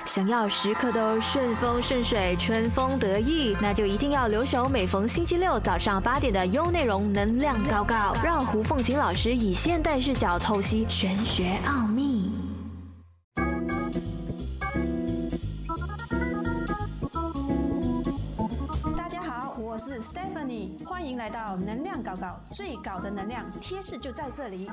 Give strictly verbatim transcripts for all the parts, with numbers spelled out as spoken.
想要时刻都顺风顺水、春风得意，那就一定要留守每逢星期六早上八点的优内容能量高高，让胡凤琴老师以现代视角透析玄学奥秘。 大家好，我是 Stephanie， 欢迎来到能量高高，最高的能量贴士就在这里。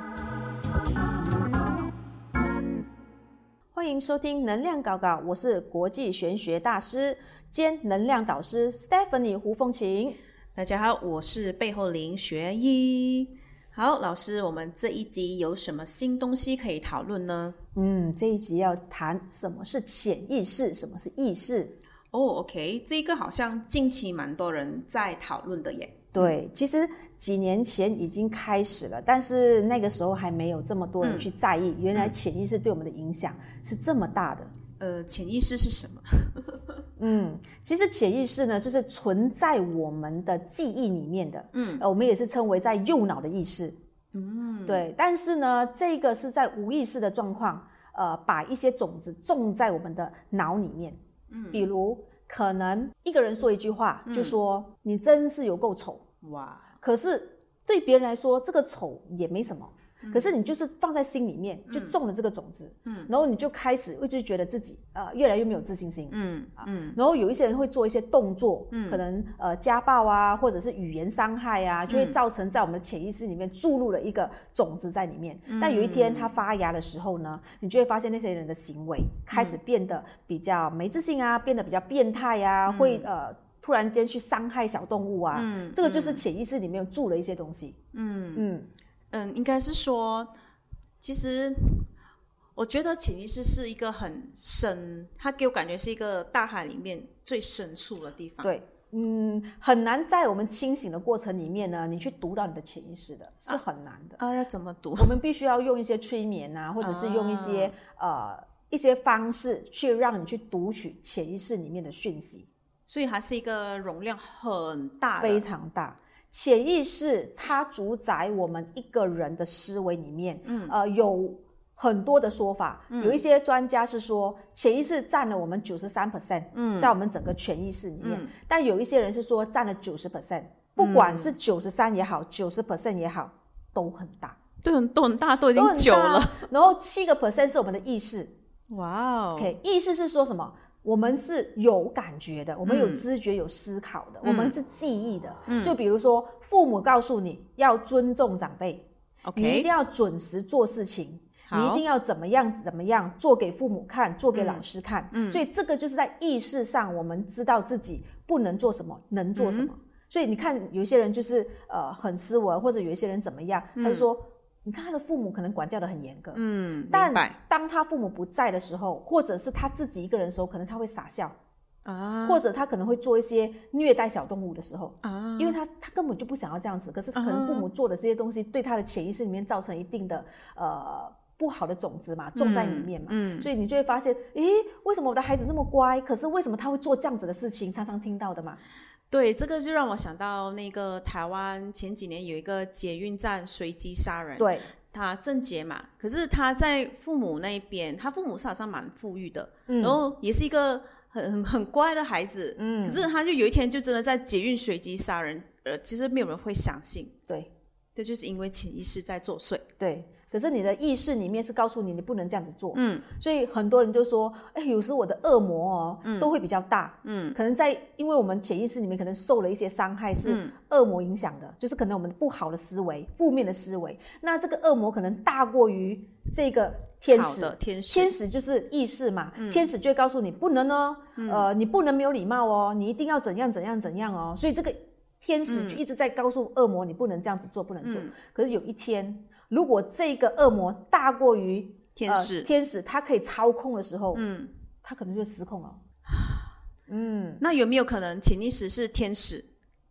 欢迎收听能量搞搞，我是国际玄学大师兼能量导师 Stephanie 胡凤琴。 大家好，我是背后灵学医。好，老师，我们这一集有什么新东西可以讨论呢？ 嗯，这一集要谈什么是潜意识，什么是意识。 哦、oh, OK， 这个好像近期蛮多人在讨论的耶。 对，其实几年前已经开始了，但是那个时候还没有这么多人去在意，嗯、原来潜意识对我们的影响是这么大的。 呃，潜意识是什么？ 嗯，其实潜意识呢，就是存在我们的记忆里面的，嗯，呃，我们也是称为在右脑的意识，嗯，对。但是呢，这个是在无意识的状况，呃，把一些种子种在我们的脑里面，嗯，比如可能一个人说一句话，嗯、就说你真是有够丑。哇！可是对别人来说，这个丑也没什么。嗯、可是你就是放在心里面，就种了这个种子，嗯，然后你就开始一直觉得自己呃越来越没有自信心，嗯嗯，然后有一些人会做一些动作，嗯，可能呃家暴啊，或者是语言伤害啊，就会造成在我们的潜意识里面注入了一个种子在里面。嗯、但有一天它发芽的时候呢，你就会发现那些人的行为开始变得比较没自信啊，变得比较变态啊，嗯、会呃。突然间去伤害小动物啊，嗯、这个就是潜意识里面住了一些东西。嗯嗯嗯，应该是说，其实我觉得潜意识是一个很深，它给我感觉是一个大海里面最深处的地方。 对，嗯，很难在我们清醒的过程里面呢，你去读到你的潜意识的，是很难的。 啊，要怎么读？ 我们必须要用一些催眠啊，或者是用一些、啊、呃一些方式去让你去读取潜意识里面的讯息。 所以它是一个容量很大的， 非常大。潜意识它主宰我们一个人的思维里面，嗯，呃，有很多的说法，嗯、有一些专家是说潜意识占了我们 百分之九十三， 嗯，在我们整个潜意识里面，嗯、但有一些人是说占了 百分之九十， 不管是九十三也好 百分之九十 也好，都很大， 对，都很大，都已经久了。 然后 百分之七 是我们的意识。 哇哦 ，OK， 意识是说什么？我们是有感觉的，我们有知觉、嗯、有思考的，嗯、我们是记忆的。嗯、就比如说，父母告诉你要尊重长辈， okay, 你一定要准时做事情，你一定要怎么样怎么样做给父母看，做给老师看。嗯、所以这个就是在意识上，我们知道自己不能做什么，能做什么。嗯、所以你看，有一些人就是呃很斯文，或者有一些人怎么样，嗯、他就说。你看他的父母可能管教得很严格，嗯，但当他父母不在的时候，或者是他自己一个人的时候，可能他会傻笑啊，或者他可能会做一些虐待小动物的时候啊，因为他他根本就不想要这样子，可是可能父母做的这些东西对他的潜意识里面造成一定的呃不好的种子嘛，种在里面嘛，嗯，嗯所以你就会发现，诶，为什么我的孩子那么乖，可是为什么他会做这样子的事情？常常听到的嘛。 对，这个就让我想到那个台湾前几年有一个捷运站随机杀人， 对， 他郑捷嘛，可是他在父母那边，他父母是好像蛮富裕的，嗯、然后也是一个很很很乖的孩子，嗯，可是他就有一天就真的在捷运随机杀人，呃，其实没有人会相信， 对， 这就是因为潜意识在作祟， 对。可是你的意识里面是告诉你你不能这样子做，嗯，所以很多人就说，哎，有时我的恶魔哦，嗯、都会比较大，嗯，可能在因为我们潜意识里面可能受了一些伤害，是恶魔影响的，嗯、就是可能我们不好的思维、负面的思维，那这个恶魔可能大过于这个天使， 好的天使， 天使就是意识嘛，嗯、天使就会告诉你不能哦，嗯、呃，你不能没有礼貌哦，你一定要怎样怎样怎样哦，所以这个天使就一直在告诉恶魔，你不能这样子做，不能做。嗯、可是有一天。如果这个恶魔大过于天使，呃、 天使他可以操控的时候，嗯，他可能就失控了。 嗯，那有没有可能潜意识是天使，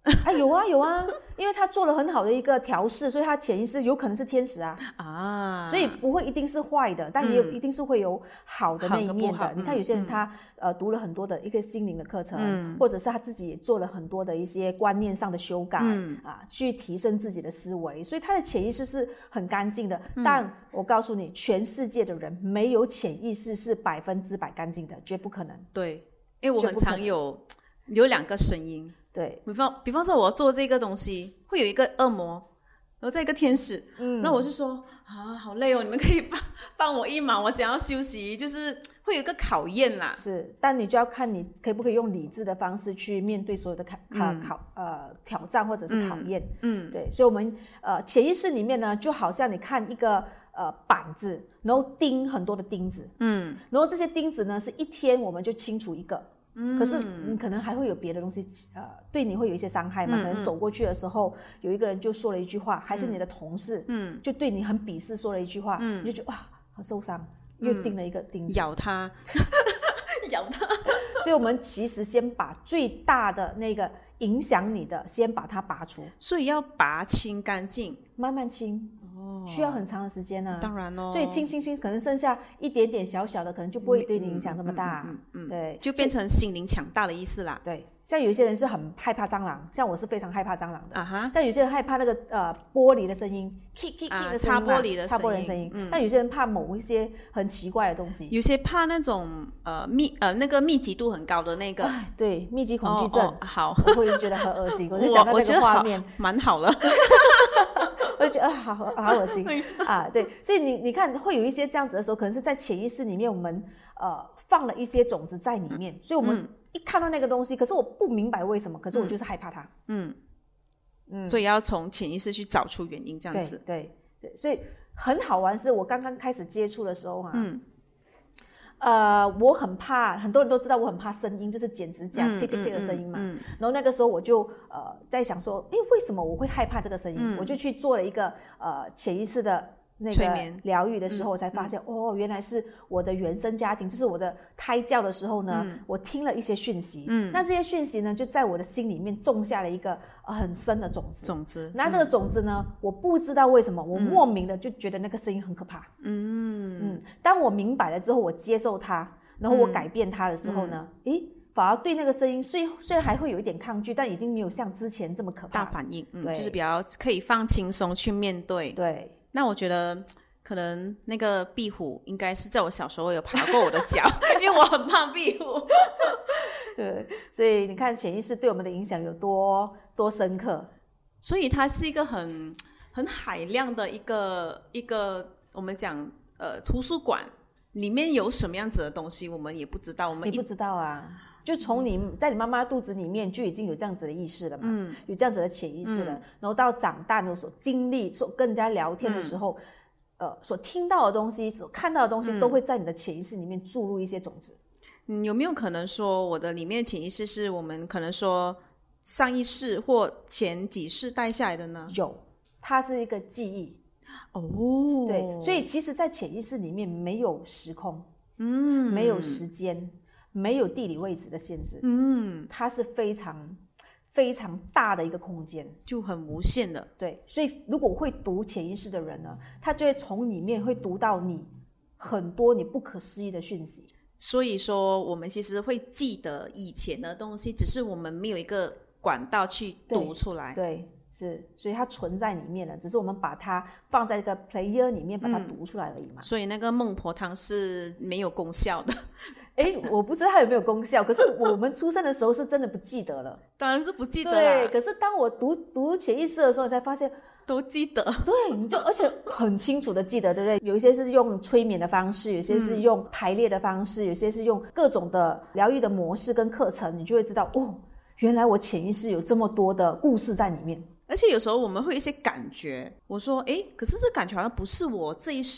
啊，有啊有啊，因为他做了很好的一个调试，所以他潜意识有可能是天使啊啊，所以不会一定是坏的，但也有、嗯、一定是会有好的那一面的。你看有些人他、嗯、呃读了很多的一个心灵的课程、嗯，或者是他自己也做了很多的一些观念上的修改、嗯、啊，去提升自己的思维，所以他的潜意识是很干净的、嗯。但我告诉你，全世界的人没有潜意识是百分之百干净的，绝不可能。 对，因为我很常有有两个声音。 对， 比方比方说我要做这个东西，会有一个恶魔，然后再一个天使，嗯，然后我就说啊，好累哦，你们可以帮帮我一忙，我想要休息，就是会有一个考验啦。 是，但你就要看你可不可以用理智的方式去面对所有的考、嗯、考呃挑战或者是考验。嗯，对，所以我们呃潜意识里面呢，就好像你看一个呃板子，然后钉很多的钉子，嗯，然后这些钉子呢是一天我们就清除一个。嗯、可是你可能还会有别的东西，呃，对你会有一些伤害嘛、嗯？可能走过去的时候，有一个人就说了一句话，还是你的同事，嗯，就对你很鄙视说了一句话，嗯，你就觉得哇，好受伤，又钉了一个钉子， 咬他，咬他。 所以我们其实先把最大的那个影响你的，先把它拔除， 所以要拔清干净， 慢慢清。需要很长的时间呢、啊， 当然咯， 所以清清清，可能剩下一点点小小的，可能就不会对你影响这么大，嗯嗯嗯嗯、对， 就变成心灵强大的意思啦。 对，像有一些人是很害怕蟑螂，像我是非常害怕蟑螂的，啊哈，像有些人害怕那个呃玻璃的声音 ，kick kick kick 的声音、啊，擦玻璃的擦玻璃的声音，嗯，但有些人怕某一些很奇怪的东西， 有些怕那种呃密呃那个密集度很高的那个， 对，密集恐惧症， 哦哦、好， 我会觉得很恶心，我就想到那个画面， 蛮好了。 我就觉得啊，好好恶心啊！对，所以你你看，会有一些这样子的时候，可能是在潜意识里面，我们呃放了一些种子在里面，嗯、所以我们一看到那个东西，可是我不明白为什么，可是我就是害怕它。嗯嗯，所以要从潜意识去找出原因，这样子。 对对对，所以很好玩，是我刚刚开始接触的时候啊。嗯呃，我很怕，很多人都知道我很怕声音，就是剪指甲 tick tick tick 的声音嘛、嗯嗯嗯。然后那个时候我就呃在想说，诶，为什么我会害怕这个声音？嗯、我就去做了一个呃潜意识的那个疗愈的时候，我才发现、嗯、哦，原来是我的原生家庭，就是我的胎教的时候呢，嗯、我听了一些讯息，嗯，那这些讯息呢，就在我的心里面种下了一个、呃、很深的种子。 种子。 那这个种子呢，嗯、我不知道为什么，我莫名的就觉得那个声音很可怕。嗯嗯，当我明白了之后，我接受它，然后我改变它的时候呢，嗯、诶。反而对那个声音虽虽然还会有一点抗拒，但已经没有像之前这么可怕大反应，嗯，就是比较可以放轻松去面对。 对， 那我觉得可能那个壁虎应该是在我小时候有爬过我的脚，因为我很怕壁虎。 对，所以你看潜意识对我们的影响有多多深刻， 所以它是一个很很海量的一个一个我们讲呃图书馆里面有什么样子的东西，我们也不知道，我们你不知道啊。就从你在你妈妈肚子里面就已经有这样子的意识了嘛，嗯、有这样子的潜意识了，嗯、然后到长大的所经历、所跟人家聊天的时候，嗯、呃，所听到的东西、所看到的东西，嗯、都会在你的潜意识里面注入一些种子。 嗯，有没有可能说，我的里面的潜意识是我们可能说上一世或前几世带下来的呢？ 有，它是一个记忆。 哦， 对，所以其实，在潜意识里面没有时空，嗯，没有时间。没有地理位置的限制，嗯，它是非常非常大的一个空间， 就很无限的。 对，所以如果会读潜意识的人呢，他就会从里面会读到你很多你不可思议的讯息。 所以说，我们其实会记得以前的东西，只是我们没有一个管道去读出来。 对。对是，所以它存在里面了，只是我们把它放在一个 player 里面把它读出来而已嘛。 嗯、所以那个孟婆汤是没有功效的。 哎，我不知道它有没有功效，可是我们出生的时候是真的不记得了。 当然是不记得啦。 对，可是当我读读潜意识的时候，你才发现都记得。 对，你就而且很清楚的记得，对不对？有一些是用催眠的方式，有些是用排列的方式，有些是用各种的疗愈的模式跟课程，你就会知道哦，原来我潜意识有这么多的故事在里面。 而且有时候我们会有一些感觉，我说诶，可是这感觉好像不是我这一世的，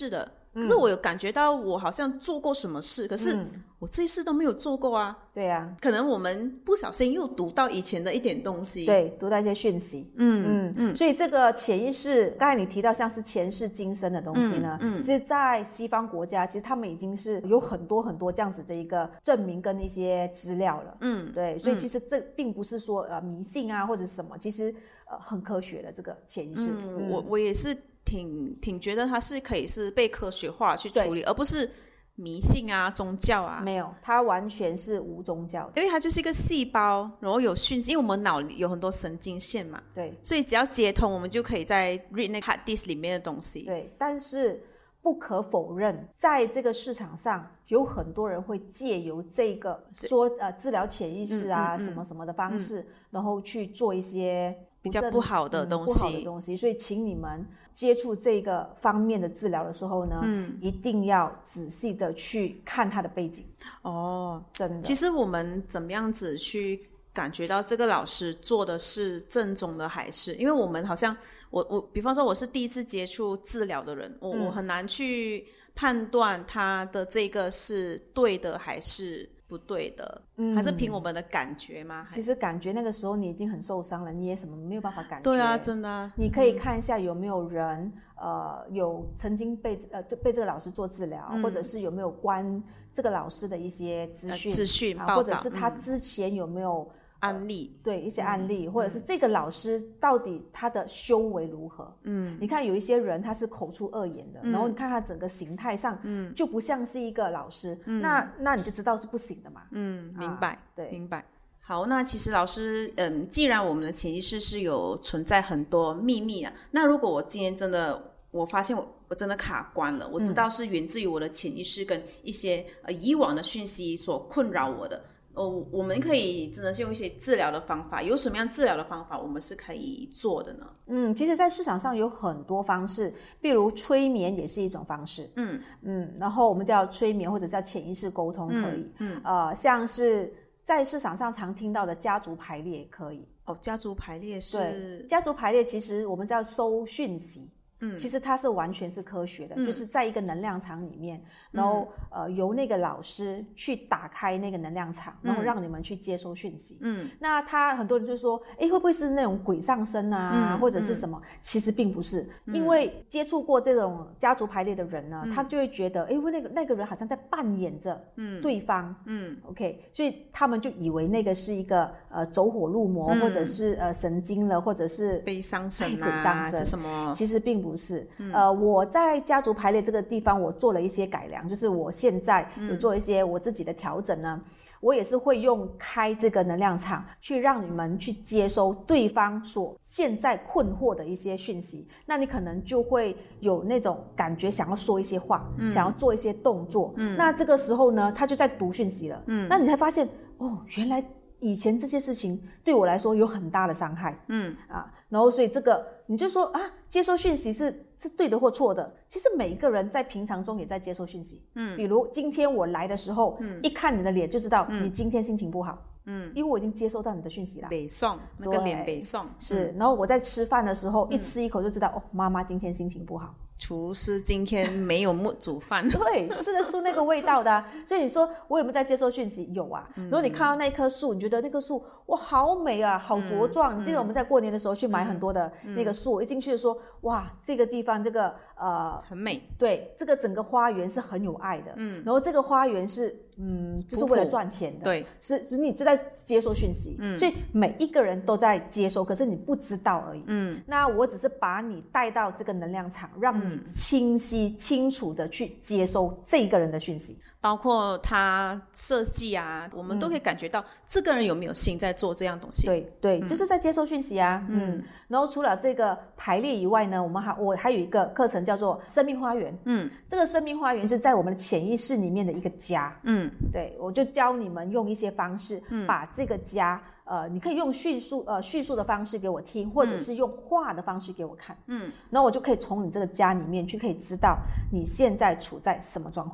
可是我有感觉到我好像做过什么事，可是我这一事都没有做过啊。 对啊， 可能我们不小心又读到以前的一点东西， 对，读到一些讯息。嗯嗯嗯，所以这个潜意识，刚才你提到像是前世今生的东西呢，嗯嗯、其实在西方国家，其实他们已经是有很多很多这样子的一个证明跟一些资料了。嗯，对，所以其实这并不是说呃迷信啊或者什么，其实呃很科学的这个潜意识。嗯， 嗯我我也是挺挺觉得它是可以是被科学化去处理，而不是迷信啊宗教啊。 没有，它完全是无宗教的， 因为它就是一个细胞，然后有讯息，因为我们脑里有很多神经线嘛， 对， 所以只要接通我们就可以在 read 那个 hard disk 里面的东西。 对，但是不可否认，在这个市场上有很多人会借由这个说呃治疗潜意识啊、嗯嗯嗯、什么什么的方式、嗯、然后去做一些比较不好的东西、 嗯、不好的东西，所以请你们接触这个方面的治疗的时候呢、嗯、一定要仔细的去看它的背景。 哦， 真的。 其实我们怎么样子去感觉到这个老师做的是正宗的还是，因为我们好像我我比方说我是第一次接触治疗的人，我、嗯、我很难去判断他的这个是对的还是不对的、嗯、还是凭我们的感觉吗？ 其实感觉那个时候你已经很受伤了，你也什么没有办法感觉。 对啊，真的、啊、 你可以看一下有没有人、嗯、呃有曾经被呃被这个老师做治疗、嗯、或者是有没有关这个老师的一些资讯、 呃、资讯、 啊、 报道， 或者是他之前有没有、嗯案例、 呃、对一些案例、嗯、或者是这个老师到底他的修为如何。嗯，你看有一些人他是口出恶言的、嗯、然后你看他整个形态上嗯就不像是一个老师、嗯、那那你就知道是不行的嘛。 嗯，明白、啊、 对， 明白。好，那其实老师嗯，既然我们的潜意识是有存在很多秘密啊，那如果我今天真的我发现我我真的卡关了，我知道是源自于我的潜意识跟一些呃以往的讯息所困扰我的，哦，我们可以真的是用一些治疗的方法，有什么样治疗的方法我们是可以做的呢？ 嗯，其实在市场上有很多方式，比如催眠也是一种方式。嗯嗯，然后我们叫催眠或者叫潜意识沟通可以。嗯, 嗯呃，像是在市场上常听到的家族排列也可以。 哦，家族排列是？ 对，家族排列其实我们叫收讯息。嗯，其实它是完全是科学的、嗯、就是在一个能量场里面，然后、嗯、呃由那个老师去打开那个能量场，然后让你们去接收讯息。嗯，那他很多人就说，哎，会不会是那种鬼上身啊、嗯、或者是什么、嗯、其实并不是、嗯、因为接触过这种家族排列的人呢、嗯、他就会觉得，哎，那个那个人好像在扮演着对方。嗯 OK， 所以他们就以为那个是一个呃走火入魔、嗯、或者是呃神经了，或者是被上身啊， 鬼上身是什么， 其实并不不是、嗯、呃，我在家族排列这个地方我做了一些改良，就是我现在有做一些我自己的调整呢、嗯、我也是会用开这个能量场去让你们去接收对方所现在困惑的一些讯息，那你可能就会有那种感觉想要说一些话、嗯、想要做一些动作、嗯、那这个时候呢他就在读讯息了、嗯、那你才发现哦，原来以前这些事情对我来说有很大的伤害。嗯啊，然后所以这个你就说啊，接收讯息是是对的或错的，其实每一个人在平常中也在接收讯息。嗯，比如今天我来的时候、嗯、一看你的脸就知道你今天心情不好。嗯，因为我已经接收到你的讯息了， 北宋那个脸北宋是、嗯、然后我在吃饭的时候、嗯、一吃一口就知道哦，妈妈今天心情不好， 厨师今天没有煮饭对，吃得出那个味道的、啊、所以你说我有没有在接收讯息？有啊、嗯、然后你看到那棵树，你觉得那棵树哇好美啊，好茁壮、嗯、你记得我们在过年的时候去买很多的那个树、嗯、一进去就说哇这个地方这个呃很美， 对，这个整个花园是很有爱的。嗯，然后这个花园是嗯就是为了赚钱的， 对， 是是你就在接收讯息、嗯、所以每一个人都在接收，可是你不知道而已。嗯，那我只是把你带到这个能量场，让你清晰、嗯、清楚的去接收这一个人的讯息， 包括他设计啊，我们都可以感觉到这个人有没有心在做这样东西。 对对、嗯、就是在接收讯息啊。嗯，然后除了这个排列以外呢，我们还我还有一个课程叫做生命花园。嗯，这个生命花园是在我们的潜意识里面的一个家。嗯，对，我就教你们用一些方式、嗯、把这个家呃，你可以用叙述呃叙述的方式给我听，或者是用画的方式给我看。嗯，然后我就可以从你这个家里面去可以知道你现在处在什么状况。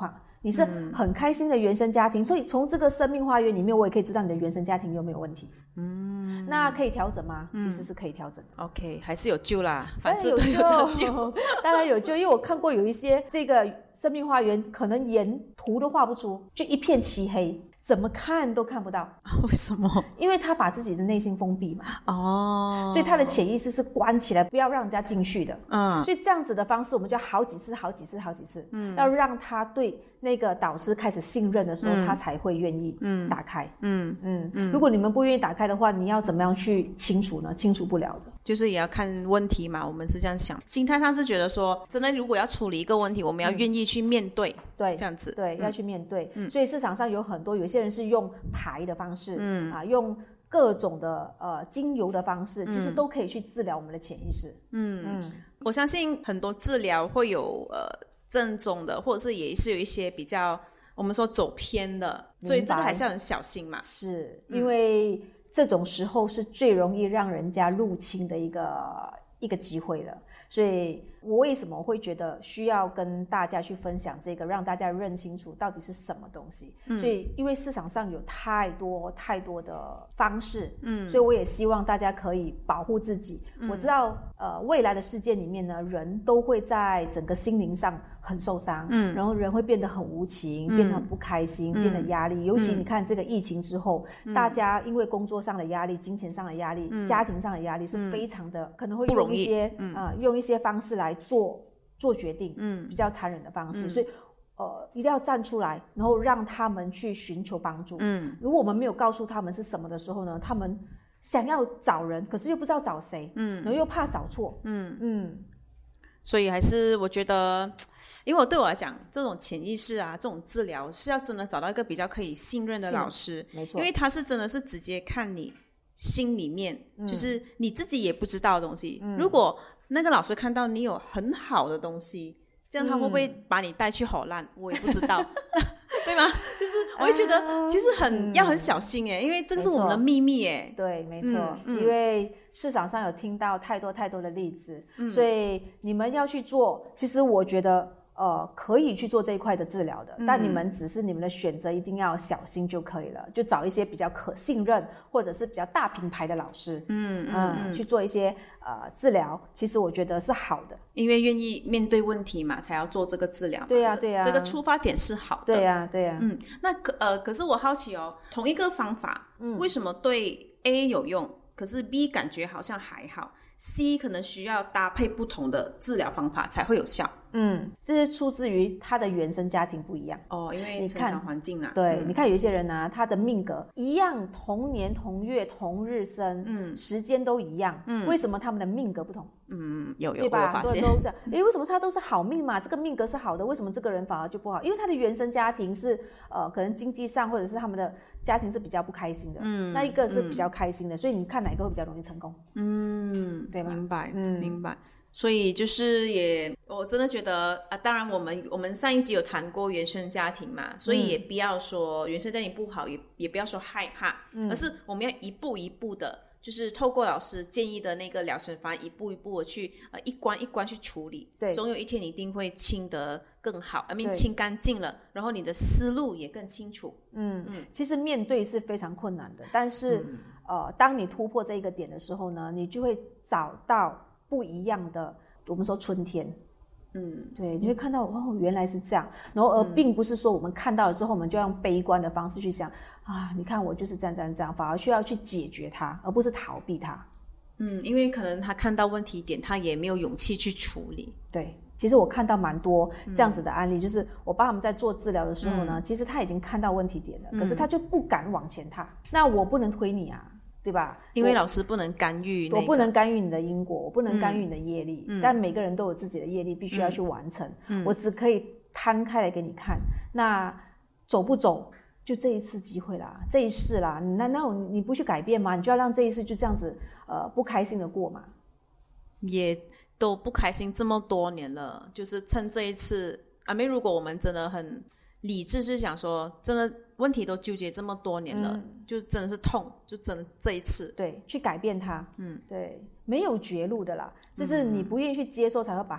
你是很开心的原生家庭，所以从这个生命花园里面，我也可以知道你的原生家庭有没有问题。嗯，那可以调整吗？嗯、其实是可以调整的。 OK， 还是有救啦，反正有都有救， 当然有救。因为我看过有一些这个生命花园，可能连图都画不出，就一片漆黑。怎么看都看不到， 为什么？ 因为他把自己的内心封闭嘛。 哦， 所以他的潜意识是关起来，不要让人家进去的。嗯，所以这样子的方式，我们就好几次、好几次、好几次，嗯，要让他对那个导师开始信任的时候，嗯、他才会愿意打开。嗯嗯嗯。如果你们不愿意打开的话，你要怎么样去清除呢？清除不了的。 就是也要看问题嘛，我们是这样想，心态上是觉得说，真的如果要处理一个问题，我们要愿意去面对，嗯、 对， 这样子， 对，嗯、要去面对。嗯、所以市场上有很多，有些人是用牌的方式，嗯啊，用各种的呃精油的方式，其实都可以去治疗我们的潜意识。嗯嗯， 我相信很多治疗会有呃正宗的，或者是也是有一些比较我们说走偏的，所以这个还是要很小心嘛。 是因为。嗯这种时候是最容易让人家入侵的一个一个机会了，所以我为什么会觉得需要跟大家去分享这个，让大家认清楚到底是什么东西。嗯、所以因为市场上有太多太多的方式，嗯，所以我也希望大家可以保护自己。嗯、我知道，呃，未来的世界里面呢，人都会在整个心灵上很受伤，嗯，然后人会变得很无情，嗯、变得很不开心，嗯、变得压力。尤其你看这个疫情之后，嗯、大家因为工作上的压力、金钱上的压力、嗯、家庭上的压力是非常的，嗯、可能会用一些啊、嗯呃、用一些方式来做做决定，嗯，比较残忍的方式，嗯、所以。呃，一定要站出来，然后让他们去寻求帮助。嗯，如果我们没有告诉他们是什么的时候呢，他们想要找人，可是又不知道找谁，嗯，然后又怕找错，嗯嗯， 所以还是我觉得，因为我对我来讲，这种潜意识啊，这种治疗是要真的找到一个比较可以信任的老师， 没错， 因为他是真的是直接看你心里面，嗯、就是你自己也不知道的东西。嗯、如果那个老师看到你有很好的东西。这样他会不会把你带去好烂？嗯、我也不知道，对吗？就是我会觉得其实很、嗯、要很小心耶，因为这个是我们的秘密耶。 对，没错，嗯、因为市场上有听到太多太多的例子，嗯、所以你们要去做。其实我觉得。呃，可以去做这一块的治疗的，嗯、但你们只是你们的选择一定要小心就可以了，就找一些比较可信任或者是比较大品牌的老师，嗯嗯, 嗯，去做一些呃治疗。其实我觉得是好的， 因为愿意面对问题嘛，才要做这个治疗。 对呀、啊、对呀、啊， 这个出发点是好的。 对呀、啊、对呀、啊， 嗯，那可呃，可是我好奇哦，同一个方法，嗯、为什么对 A 有用，可是 B 感觉好像还好 ，C 可能需要搭配不同的治疗方法才会有效？ 嗯，这是出自于他的原生家庭不一样哦，因为成长环境啊。 对，嗯、你看有一些人啊，他的命格一样，同年同月同日生，嗯，时间都一样，嗯，为什么他们的命格不同？ 嗯，有有对吧？ 我有发现， 都是诶，为什么他都是好命嘛？这个命格是好的，为什么这个人反而就不好？因为他的原生家庭是呃，可能经济上或者是他们的家庭是比较不开心的，嗯，那一个是比较开心的，嗯、所以你看哪一个会比较容易成功？嗯，对吧？ 明白，嗯，明白。所以就是也，我真的觉得啊，当然我们我们上一集有谈过原生家庭嘛，所以也不要说原生家庭不好，也也不要说害怕，嗯、而是我们要一步一步的，就是透过老师建议的那个疗程方案，一步一步的去呃一关一关去处理， 对，总有一天你一定会清得更好，I mean清干净了，然后你的思路也更清楚。 嗯嗯，其实面对是非常困难的，但是、嗯、呃，当你突破这一个点的时候呢，你就会找到不一样的，我们说春天，嗯，对，你会看到哦，原来是这样，然后而并不是说我们看到了之后，我们就用悲观的方式去想啊，你看我就是这样这样这样，反而需要去解决它，而不是逃避它。 嗯，因为可能他看到问题点，他也没有勇气去处理。 对，其实我看到蛮多这样子的案例，嗯、就是我帮他们在做治疗的时候呢，嗯、其实他已经看到问题点了，嗯、可是他就不敢往前踏。那我不能推你啊。对吧？ 因为老师不能干预、那个， 我不能干预你的因果，我不能干预你的业力，嗯、但每个人都有自己的业力，必须要去完成。嗯、我只可以摊开来给你看，那走不走就这一次机会啦，这一世啦，你难道你不去改变吗？你就要让这一世就这样子呃不开心的过嘛？ 也都不开心这么多年了，就是趁这一次，阿妹，如果我们真的很理智，是想说真的。问题都纠结这么多年了，嗯、就真的是痛，就真的这一次， 对，去改变它，嗯，对，没有绝路的啦，就是你不愿意去接受，才会把它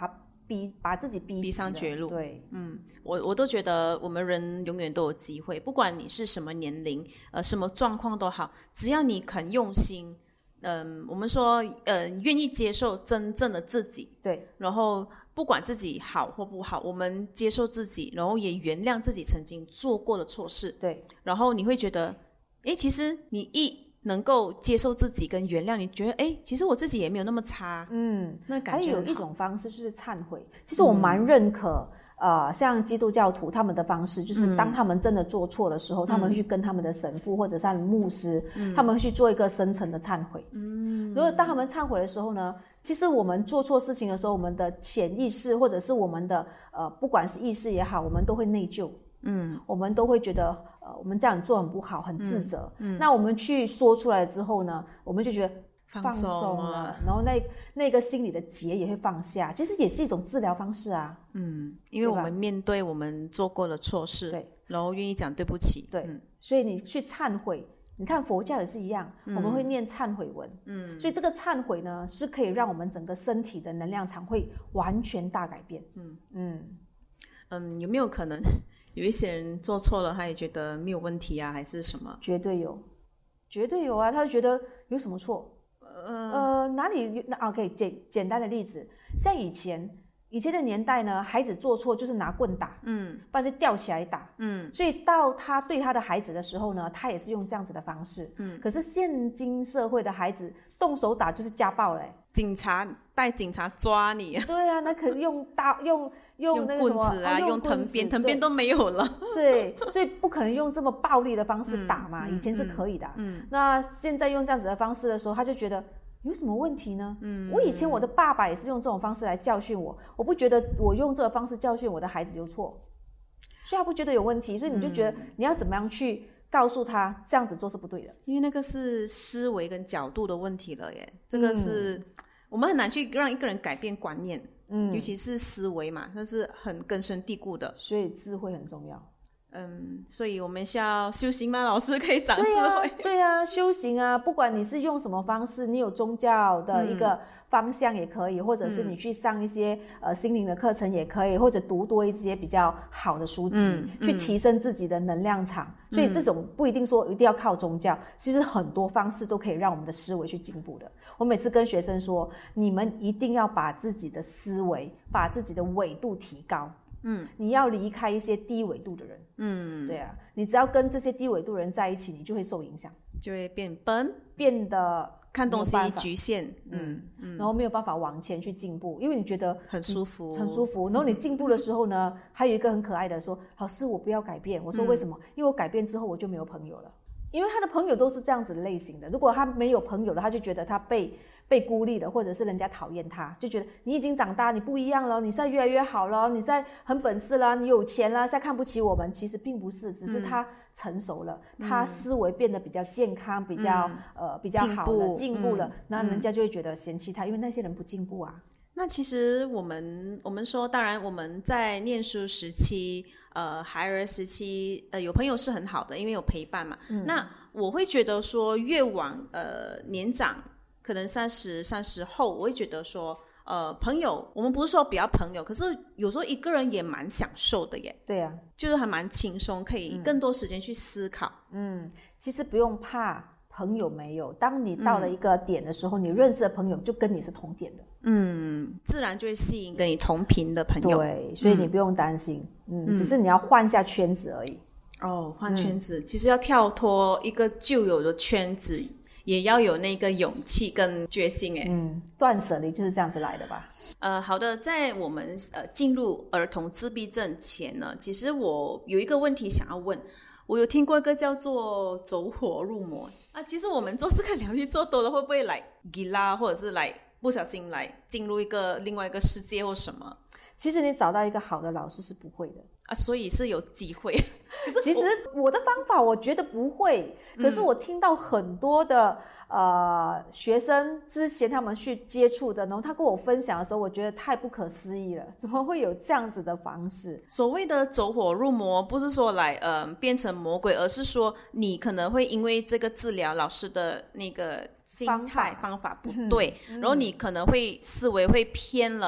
逼把自己逼逼上绝路。 对， 嗯，我我都觉得我们人永远都有机会，不管你是什么年龄，呃，什么状况都好，只要你肯用心，嗯、呃，我们说，呃，愿意接受真正的自己， 对， 然后不管自己好或不好，我们接受自己，然后也原谅自己曾经做过的错事， 对， 然后你会觉得，诶，其实你一能够接受自己跟原谅，你觉得哎，其实我自己也没有那么差， 嗯， 那感觉还有一种方式就是忏悔。其实我蛮认可，嗯、呃，像基督教徒他们的方式，就是当他们真的做错的时候，嗯、他们会去跟他们的神父或者是他们牧师，嗯、他们会去做一个深层的忏悔。嗯，如果当他们忏悔的时候呢，其实我们做错事情的时候，我们的潜意识或者是我们的呃，不管是意识也好，我们都会内疚。嗯，我们都会觉得，呃，我们这样做很不好，很自责。嗯，嗯那我们去说出来之后呢，我们就觉得放松了，啊、然后那那个心里的结也会放下。其实也是一种治疗方式啊。 嗯，因为我们面对我们做过的错事，对，然后愿意讲对不起。 对，嗯、所以你去忏悔。你看佛教也是一样，嗯、我们会念忏悔文。嗯，所以这个忏悔呢，是可以让我们整个身体的能量场会完全大改变。嗯嗯嗯，有没有可能？有一些人做错了，他也觉得没有问题啊，还是什么？ 绝对有，绝对有啊！他就觉得有什么错？呃呃，哪里？那 OK， 简简单的例子，像以前以前的年代呢，孩子做错就是拿棍打，嗯，不然就吊起来打，嗯，所以到他对他的孩子的时候呢，他也是用这样子的方式，嗯。可是现今社会的孩子动手打就是家暴嘞， 警察带警察抓你。 对啊，那可能用刀用。用那个什么棍子啊， 用用藤鞭，藤鞭都没有了。 对，所以不可能用这么暴力的方式打嘛。嗯、以前是可以的、啊嗯，嗯，那现在用这样子的方式的时候，他就觉得有什么问题呢？嗯，我以前我的爸爸也是用这种方式来教训我，我不觉得我用这个方式教训我的孩子有错，所以他不觉得有问题，所以你就觉得你要怎么样去告诉他这样子做是不对的， 因为那个是思维跟角度的问题了耶。这个是、嗯、我们很难去让一个人改变观念。嗯，尤其是思维嘛，那是很根深蒂固的， 所以智慧很重要。 嗯，所以我们需要修行吗？老师可以长智慧。 对啊，对啊，修行啊，不管你是用什么方式，你有宗教的一个方向也可以，嗯、或者是你去上一些呃心灵的课程也可以，或者读多一些比较好的书籍，嗯、去提升自己的能量场。嗯、所以这种不一定说一定要靠宗教，其实很多方式都可以让我们的思维去进步的。我每次跟学生说，你们一定要把自己的思维、把自己的纬度提高。嗯，你要离开一些低纬度的人。嗯，对啊，你只要跟这些低纬度的人在一起，你就会受影响， 就会变笨， 变得看东西局限， 嗯嗯，然后没有办法往前去进步，因为你觉得很舒服， 很舒服。然后你进步的时候呢，嗯、还有一个很可爱的说：“老师，我不要改变。”我说：“为什么？嗯、因为我改变之后我就没有朋友了。”因为他的朋友都是这样子的类型的，如果他没有朋友了，他就觉得他被被孤立了，或者是人家讨厌他，就觉得你已经长大，你不一样了，你现在越来越好了，你现在很本事了，你有钱了，现在看不起我们。其实并不是，只是他成熟了，嗯、他思维变得比较健康，比较、嗯、呃比较好了，进步了，那、嗯、人家就会觉得嫌弃他，因为那些人不进步啊。 那其实我们我们说，当然我们在念书时期，呃，孩儿时期，呃，有朋友是很好的，因为有陪伴嘛。嗯、那我会觉得说，越往呃年长，可能三十三十后，我会觉得说，呃，朋友，我们不是说不要朋友，可是有时候一个人也蛮享受的耶。 对啊， 就是还蛮轻松，可以更多时间去思考。 嗯，其实不用怕。朋友没有，当你到了一个点的时候，嗯、你认识的朋友就跟你是同点的， 嗯，自然就会吸引跟你同频的朋友。 对，所以你不用担心，嗯，嗯只是你要换下圈子而已。 哦，换圈子，嗯、其实要跳脱一个旧有的圈子，也要有那个勇气跟决心。哎， 嗯，断舍离就是这样子来的吧？ 呃，好的，在我们呃进入儿童自闭症前呢，其实我有一个问题想要问。我有听过一个叫做走火入魔啊，其实我们做这个疗愈做多了，会不会来给拉，或者是来不小心来进入一个另外一个世界或什么？ 其实你找到一个好的老师是不会的啊，所以是有机会。 其实我的方法我觉得不会，可是我听到很多的、嗯、呃学生之前他们去接触的，然后他跟我分享的时候，我觉得太不可思议了，怎么会有这样子的方式？ 所谓的走火入魔，不是说来呃变成魔鬼，而是说你可能会因为这个治疗老师的那个心态方法不对，嗯、然后你可能会思维会偏了。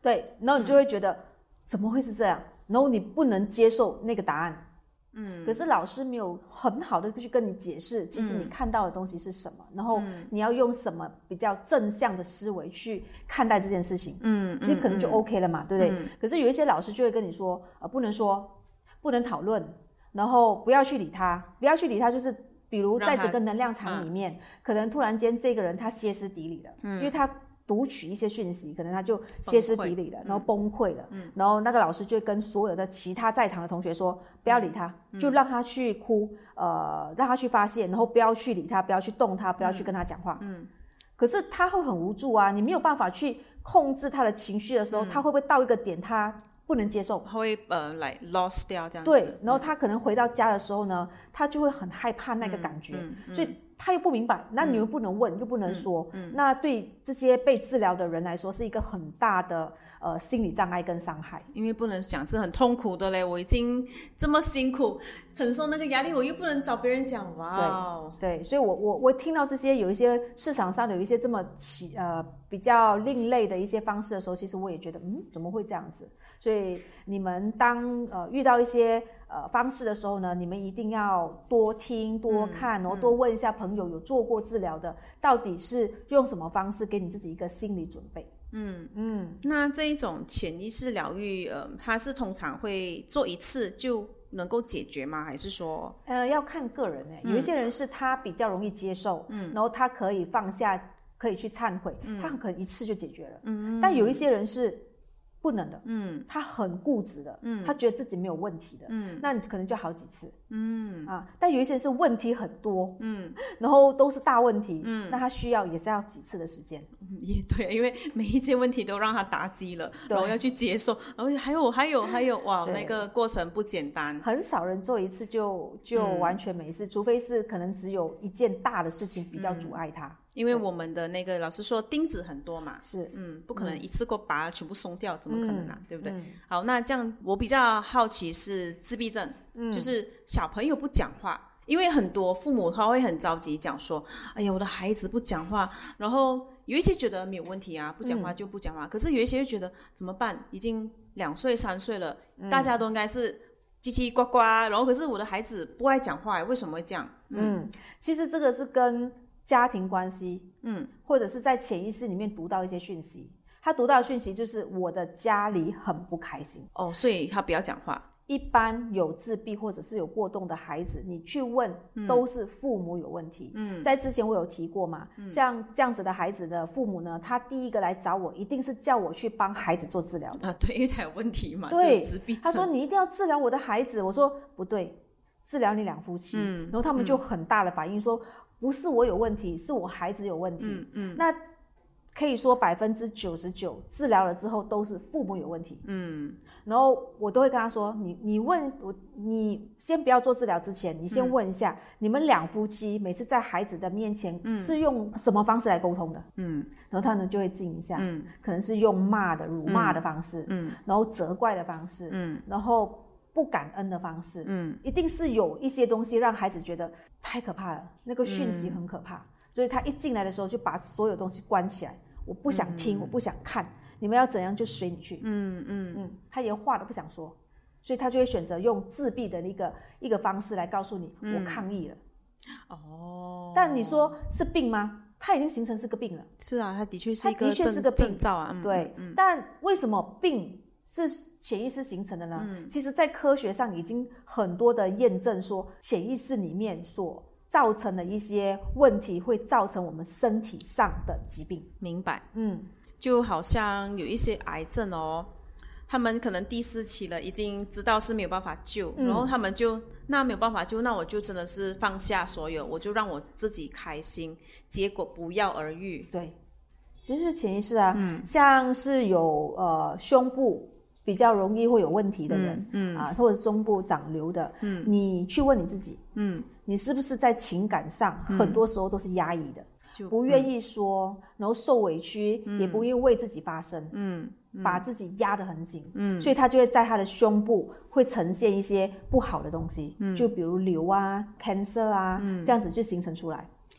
对，然后你就会觉得、嗯、怎么会是这样，然后你不能接受那个答案。嗯，可是老师没有很好的去跟你解释，其实你看到的东西是什么，嗯、然后你要用什么比较正向的思维去看待这件事情，嗯，其实可能就 OK 了嘛，嗯、对不对、嗯？可是有一些老师就会跟你说，呃，不能说，不能讨论，然后不要去理他，不要去理他，就是比如在整个能量场里面，可能突然间这个人他歇斯底里了，嗯、因为他读取一些讯息，可能他就歇斯底里了，然后崩溃了、嗯、然后那个老师就会跟所有的其他在场的同学说，不要理他、嗯、就让他去哭，呃，让他去发泄，然后不要去理他，不要去动他，不要去跟他讲话、嗯、可是他会很无助啊，你没有办法去控制他的情绪的时候、嗯、他会不会到一个点他不能接受， 他会呃来 lost 掉这样子， 对，然后他可能回到家的时候呢，他就会很害怕那个感觉、嗯嗯、所以他又不明白，那你又不能问、嗯、又不能说、嗯嗯、那对这些被治疗的人来说是一个很大的呃心理障碍跟伤害， 因为不能讲是很痛苦的嘞，我已经这么辛苦承受那个压力，我又不能找别人讲，哇， 对对，所以我我我听到这些有一些市场上有一些这么奇呃比较另类的一些方式的时候，其实我也觉得嗯怎么会这样子，所以你们当呃遇到一些呃方式的时候呢，你们一定要多听多看、嗯、然后多问一下朋友有做过治疗的、嗯、到底是用什么方式，给你自己一个心理准备。 嗯嗯，那这一种潜意识疗愈呃它是通常会做一次就能够解决吗？还是说呃要看个人耶、嗯、有一些人是他比较容易接受，嗯，然后他可以放下，可以去忏悔、嗯、他可能一次就解决了，嗯，但有一些人是不能的，嗯，他很固执的，嗯，他觉得自己没有问题的，嗯，那你可能就好几次，嗯啊，但有一些人是问题很多，嗯，然后都是大问题，嗯，那他需要也是要几次的时间， 嗯、也对，因为每一件问题都让他打击了，然后要去接受，然后还有还有还有，哇，那个过程不简单， 很少人做一次就就完全没事、嗯，除非是可能只有一件大的事情比较阻碍他。嗯， 因为我们的那个老师说钉子很多嘛， 是， 嗯，不可能一次过把它全部松掉，嗯、怎么可能啊、嗯，对不对、嗯？好，那这样我比较好奇是自闭症、嗯，就是小朋友不讲话，因为很多父母他会很着急讲说，哎呀，我的孩子不讲话，然后有一些觉得没有问题啊，不讲话就不讲话，嗯、可是有一些会觉得怎么办？已经两岁三岁了、嗯，大家都应该是叽叽呱呱，然后可是我的孩子不爱讲话，为什么会这样？ 嗯，嗯其实这个是跟家庭关系，嗯，或者是在潜意识里面读到一些讯息，他读到的讯息就是我的家里很不开心哦，所以他不要讲话。 一般有自闭或者是有过动的孩子，你去问都是父母有问题。嗯，在之前我有提过嘛、嗯，像这样子的孩子的父母呢，他第一个来找我，一定是叫我去帮孩子做治疗的啊，对，因为他有问题嘛， 对， 自闭症。 他说你一定要治疗我的孩子，我说不对，治疗你两夫妻。嗯，然后他们就很大的反应说。不是我有问题，是我孩子有问题。嗯嗯，那可以说百分之九十九治疗了之后都是父母有问题。嗯，然后我都会跟他说，你你问我，你先不要做治疗之前，你先问一下、嗯、你们两夫妻每次在孩子的面前是用什么方式来沟通的？嗯，然后他们就会静一下，嗯，可能是用骂的、辱骂的方式，嗯，然后责怪的方式，嗯，然后。不感恩的方式，嗯，一定是有一些东西让孩子觉得太可怕了，那个讯息很可怕、嗯、所以他一进来的时候就把所有东西关起来，我不想听、嗯、我不想看，你们要怎样就随你去，嗯嗯嗯，他连话都不想说，所以他就会选择用自闭的一个一个方式来告诉你、嗯、我抗议了。哦，但你说是病吗？他已经形成是个病了。 是啊，他的确是一个征兆啊、 嗯、对、嗯、但为什么病是潜意识形成的呢、嗯、其实在科学上已经很多的验证说潜意识里面所造成的一些问题会造成我们身体上的疾病。 明白。嗯，就好像有一些癌症哦，他们可能第四期了，已经知道是没有办法救、嗯、然后他们就那没有办法救，那我就真的是放下所有，我就让我自己开心，结果不药而愈。 对，其实潜意识啊、嗯、像是有呃胸部比较容易会有问题的人，嗯嗯、啊，或者中部长瘤的，嗯，你去问你自己，嗯，你是不是在情感上、嗯、很多时候都是压抑的，就不愿意说、嗯，然后受委屈、嗯、也不愿意为自己发声，嗯，嗯把自己压得很紧，嗯，所以他就会在他的胸部会呈现一些不好的东西，嗯，就比如瘤啊、cancer 啊、嗯，这样子就形成出来。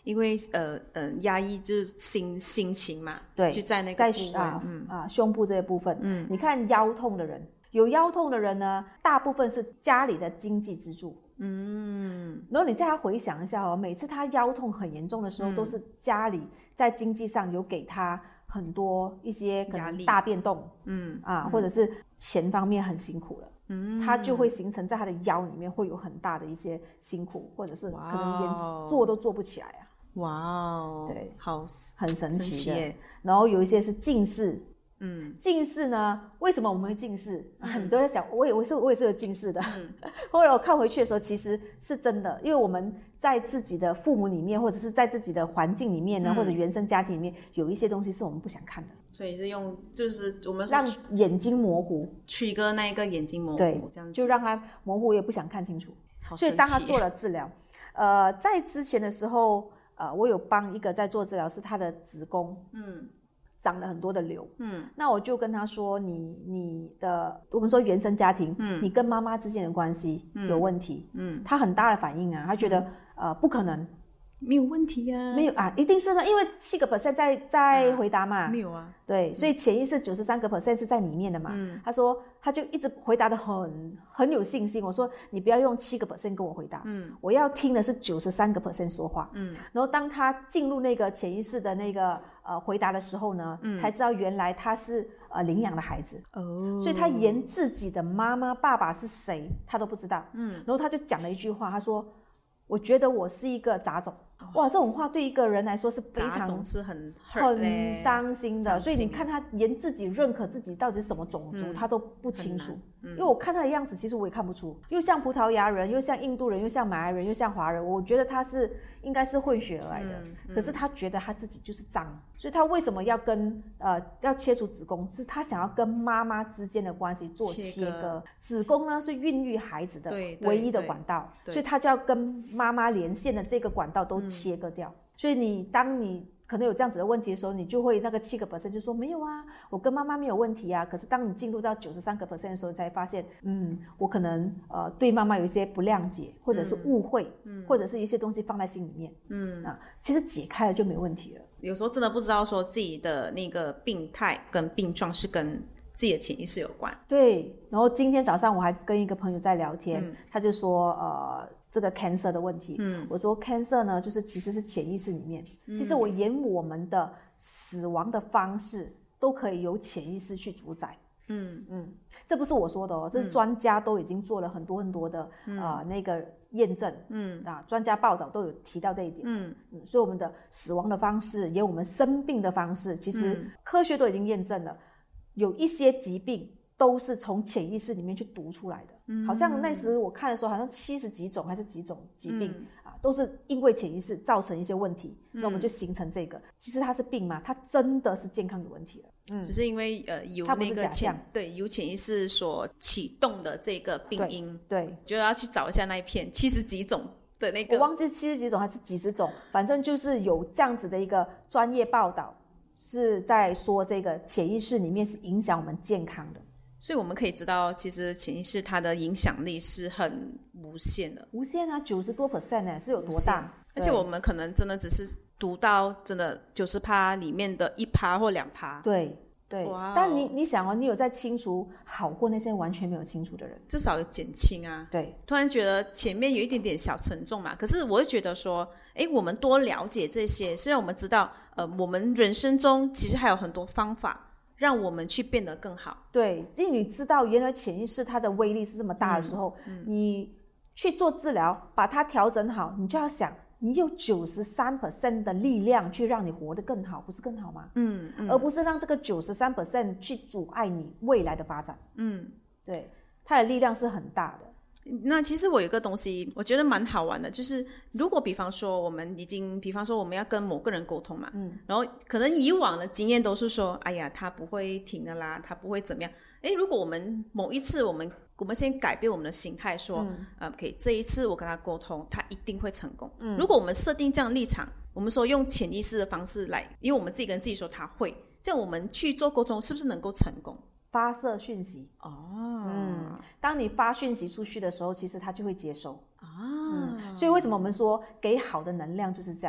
因为呃呃压抑就是心心情嘛， 对， 就在那个在部位啊、 嗯啊胸部这些部分，嗯，你看腰痛的人，有腰痛的人呢，大部分是家里的经济支柱。嗯，然后你叫他回想一下哦，每次他腰痛很严重的时候，嗯、都是家里在经济上有给他很多一些可能大变动，嗯啊，嗯、或者是钱方面很辛苦了，嗯，他就会形成在他的腰里面会有很大的一些辛苦，或者是可能连坐都坐不起来啊。 哇哦， 对， 好很神奇的。 耶然后有一些是近视。嗯，近视呢？为什么我们会近视？嗯、很多人在想，我也我是我也是有近视的。嗯、后来我看回去的时候，其实是真的，因为我们在自己的父母里面，或者是在自己的环境里面呢，嗯、或者原生家庭里面，有一些东西是我们不想看的。 所以是用，就是我们说让眼睛模糊， 取一个那一个眼睛模糊， 对， 这样子就让它模糊，也不想看清楚。 好， 所以当他做了治疗，呃，在之前的时候，呃，我有帮一个在做治疗，是他的子宫，嗯。长了很多的瘤，嗯，那我就跟他说，你你的我们说原生家庭，嗯，你跟妈妈之间的关系有问题，嗯，他很大的反应啊，他觉得、嗯、呃不可能， 没有问题啊， 没有啊，一定是呢，因为七个 percent 在在回答嘛、 啊，没有啊， 对，所以潜意识九十三个 percent 是在里面的嘛，嗯，他说他就一直回答的很很有信心，我说你不要用七个 percent 跟我回答，嗯，我要听的是九十三个 percent 说话，嗯，然后当他进入那个潜意识的那个。呃，回答的时候呢，嗯、才知道原来他是呃领养的孩子，哦，所以他连自己的妈妈、爸爸是谁，他都不知道。嗯，然后他就讲了一句话，他说：“我觉得我是一个杂种。”哇，这种话对一个人来说是非常杂种是很很伤心的。所以你看他连自己认可自己到底是什么种族，嗯、他都不清楚。嗯、因为我看他的样子，其实我也看不出，又像葡萄牙人，又像印度人，又像马来人，又像华人。我觉得他是应该是混血而来的，嗯嗯、可是他觉得他自己就是脏，所以他为什么要跟呃要切除子宫？是他想要跟妈妈之间的关系做切割。子宫呢是孕育孩子的唯一的管道，所以他就要跟妈妈连线的这个管道都切割掉。嗯、所以你当你可能有这样子的问题的时候，你就会那个七个 percent 就说没有啊，我跟妈妈没有问题啊。可是当你进入到九十三个 percent 的时候，你才发现，嗯，我可能呃对妈妈有一些不谅解，或者是误会，嗯、或者是一些东西放在心里面，嗯啊，其实解开了就没问题了。 有时候真的不知道说自己的那个病态跟病状是跟自己的潜意识有关。 对，然后今天早上我还跟一个朋友在聊天，嗯、他就说呃。这个 cancer 的问题，嗯，我说 cancer 呢，就是其实是潜意识里面，嗯、其实我演我们的死亡的方式都可以由潜意识去主宰，嗯嗯，这不是我说的哦，这是专家都已经做了很多很多的、嗯呃、那个验证，嗯啊，专家报道都有提到这一点，嗯嗯，所以我们的死亡的方式，也有我们生病的方式，其实科学都已经验证了，有一些疾病都是从潜意识里面去读出来的。嗯、好像那时我看的时候，好像七十几种还是几种疾病、嗯、啊，都是因为潜意识造成一些问题，那、嗯、我们就形成这个。其实它是病吗？它真的是健康有问题了。 嗯，只是因为呃由那个潜对由潜意识所启动的这个病因， 对，对就要去找一下那一片七十几种的那个， 我忘记七十几种还是几十种，反正就是有这样子的一个专业报道，是在说这个潜意识里面是影响我们健康的。 所以我们可以知道，其实潜意识它的影响力是很无限的， 无限啊，九十多 percent 呢，是有多大？ 而且我们可能真的只是读到真的九十趴里面的一趴或两趴。 对对，哇！但你你想哦，你有在清除，好过那些完全没有清除的人， 至少有减轻啊。 对， 突然觉得前面有一点点小沉重嘛，可是我会觉得说，哎，我们多了解这些，是让我们知道，呃，我们人生中其实还有很多方法。让我们去变得更好。 对，因为你知道原来潜意识它的威力是这么大的时候，嗯嗯、你去做治疗，把它调整好，你就要想，你有 百分之九十三 的力量去让你活得更好，不是更好吗？嗯，嗯而不是让这个 百分之九十三 去阻碍你未来的发展。嗯，对，它的力量是很大的。 那其实我有一个东西我觉得蛮好玩的，就是如果比方说我们已经比方说我们要跟某个人沟通嘛，嗯，然后可能以往的经验都是说，哎呀他不会停的啦，他不会怎么样。诶，如果我们某一次我们我们先改变我们的心态说，嗯呃、OK 这一次我跟他沟通他一定会成功，嗯，如果我们设定这样的立场，我们说用潜意识的方式来，因为我们自己跟自己说他会，这样我们去做沟通是不是能够成功？ 发射讯息哦，嗯，当你发讯息出去的时候，其实他就会接收啊、嗯。所以为什么我们说给好的能量就是这样？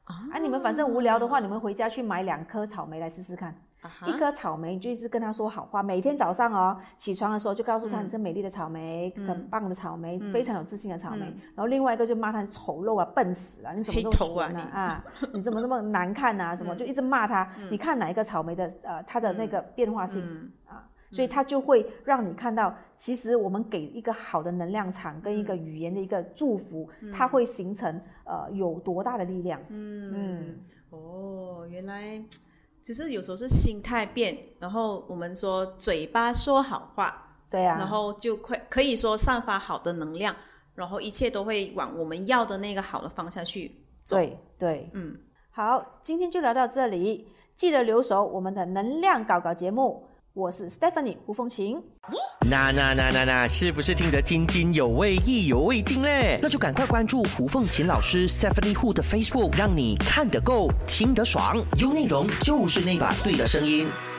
啊，你们反正无聊的话，你们回家去买两颗草莓来试试看。Uh-huh. 一颗草莓就是跟他说好话，每天早上哦起床的时候就告诉他你是美丽的草莓、嗯、很棒的草莓、嗯、非常有自信的草莓、嗯、然后另外一个就骂他丑陋啊笨死啊你怎么这么蠢啊, 啊你怎么这么难看啊什么、嗯、就一直骂他、嗯、你看哪一个草莓的呃它的那个变化性、嗯、啊所以他就会让你看到其实我们给一个好的能量场跟一个语言的一个祝福、嗯、它会形成呃有多大的力量。嗯嗯哦原来只是有时候是心态变，然后我们说嘴巴说好话， 对啊， 然后就可可以说散发好的能量，然后一切都会往我们要的那个好的方向去走。 对对，嗯，好，今天就聊到这里，记得留守我们的能量搞搞节目，我是 Stephanie 胡凤琴。 那那那那那，是不是听得津津有味、意犹未尽嘞？那就赶快关注胡凤琴老师 Stephanie Hu 的 Facebook， 让你看得够、听得爽，有内容就是那把对的声音。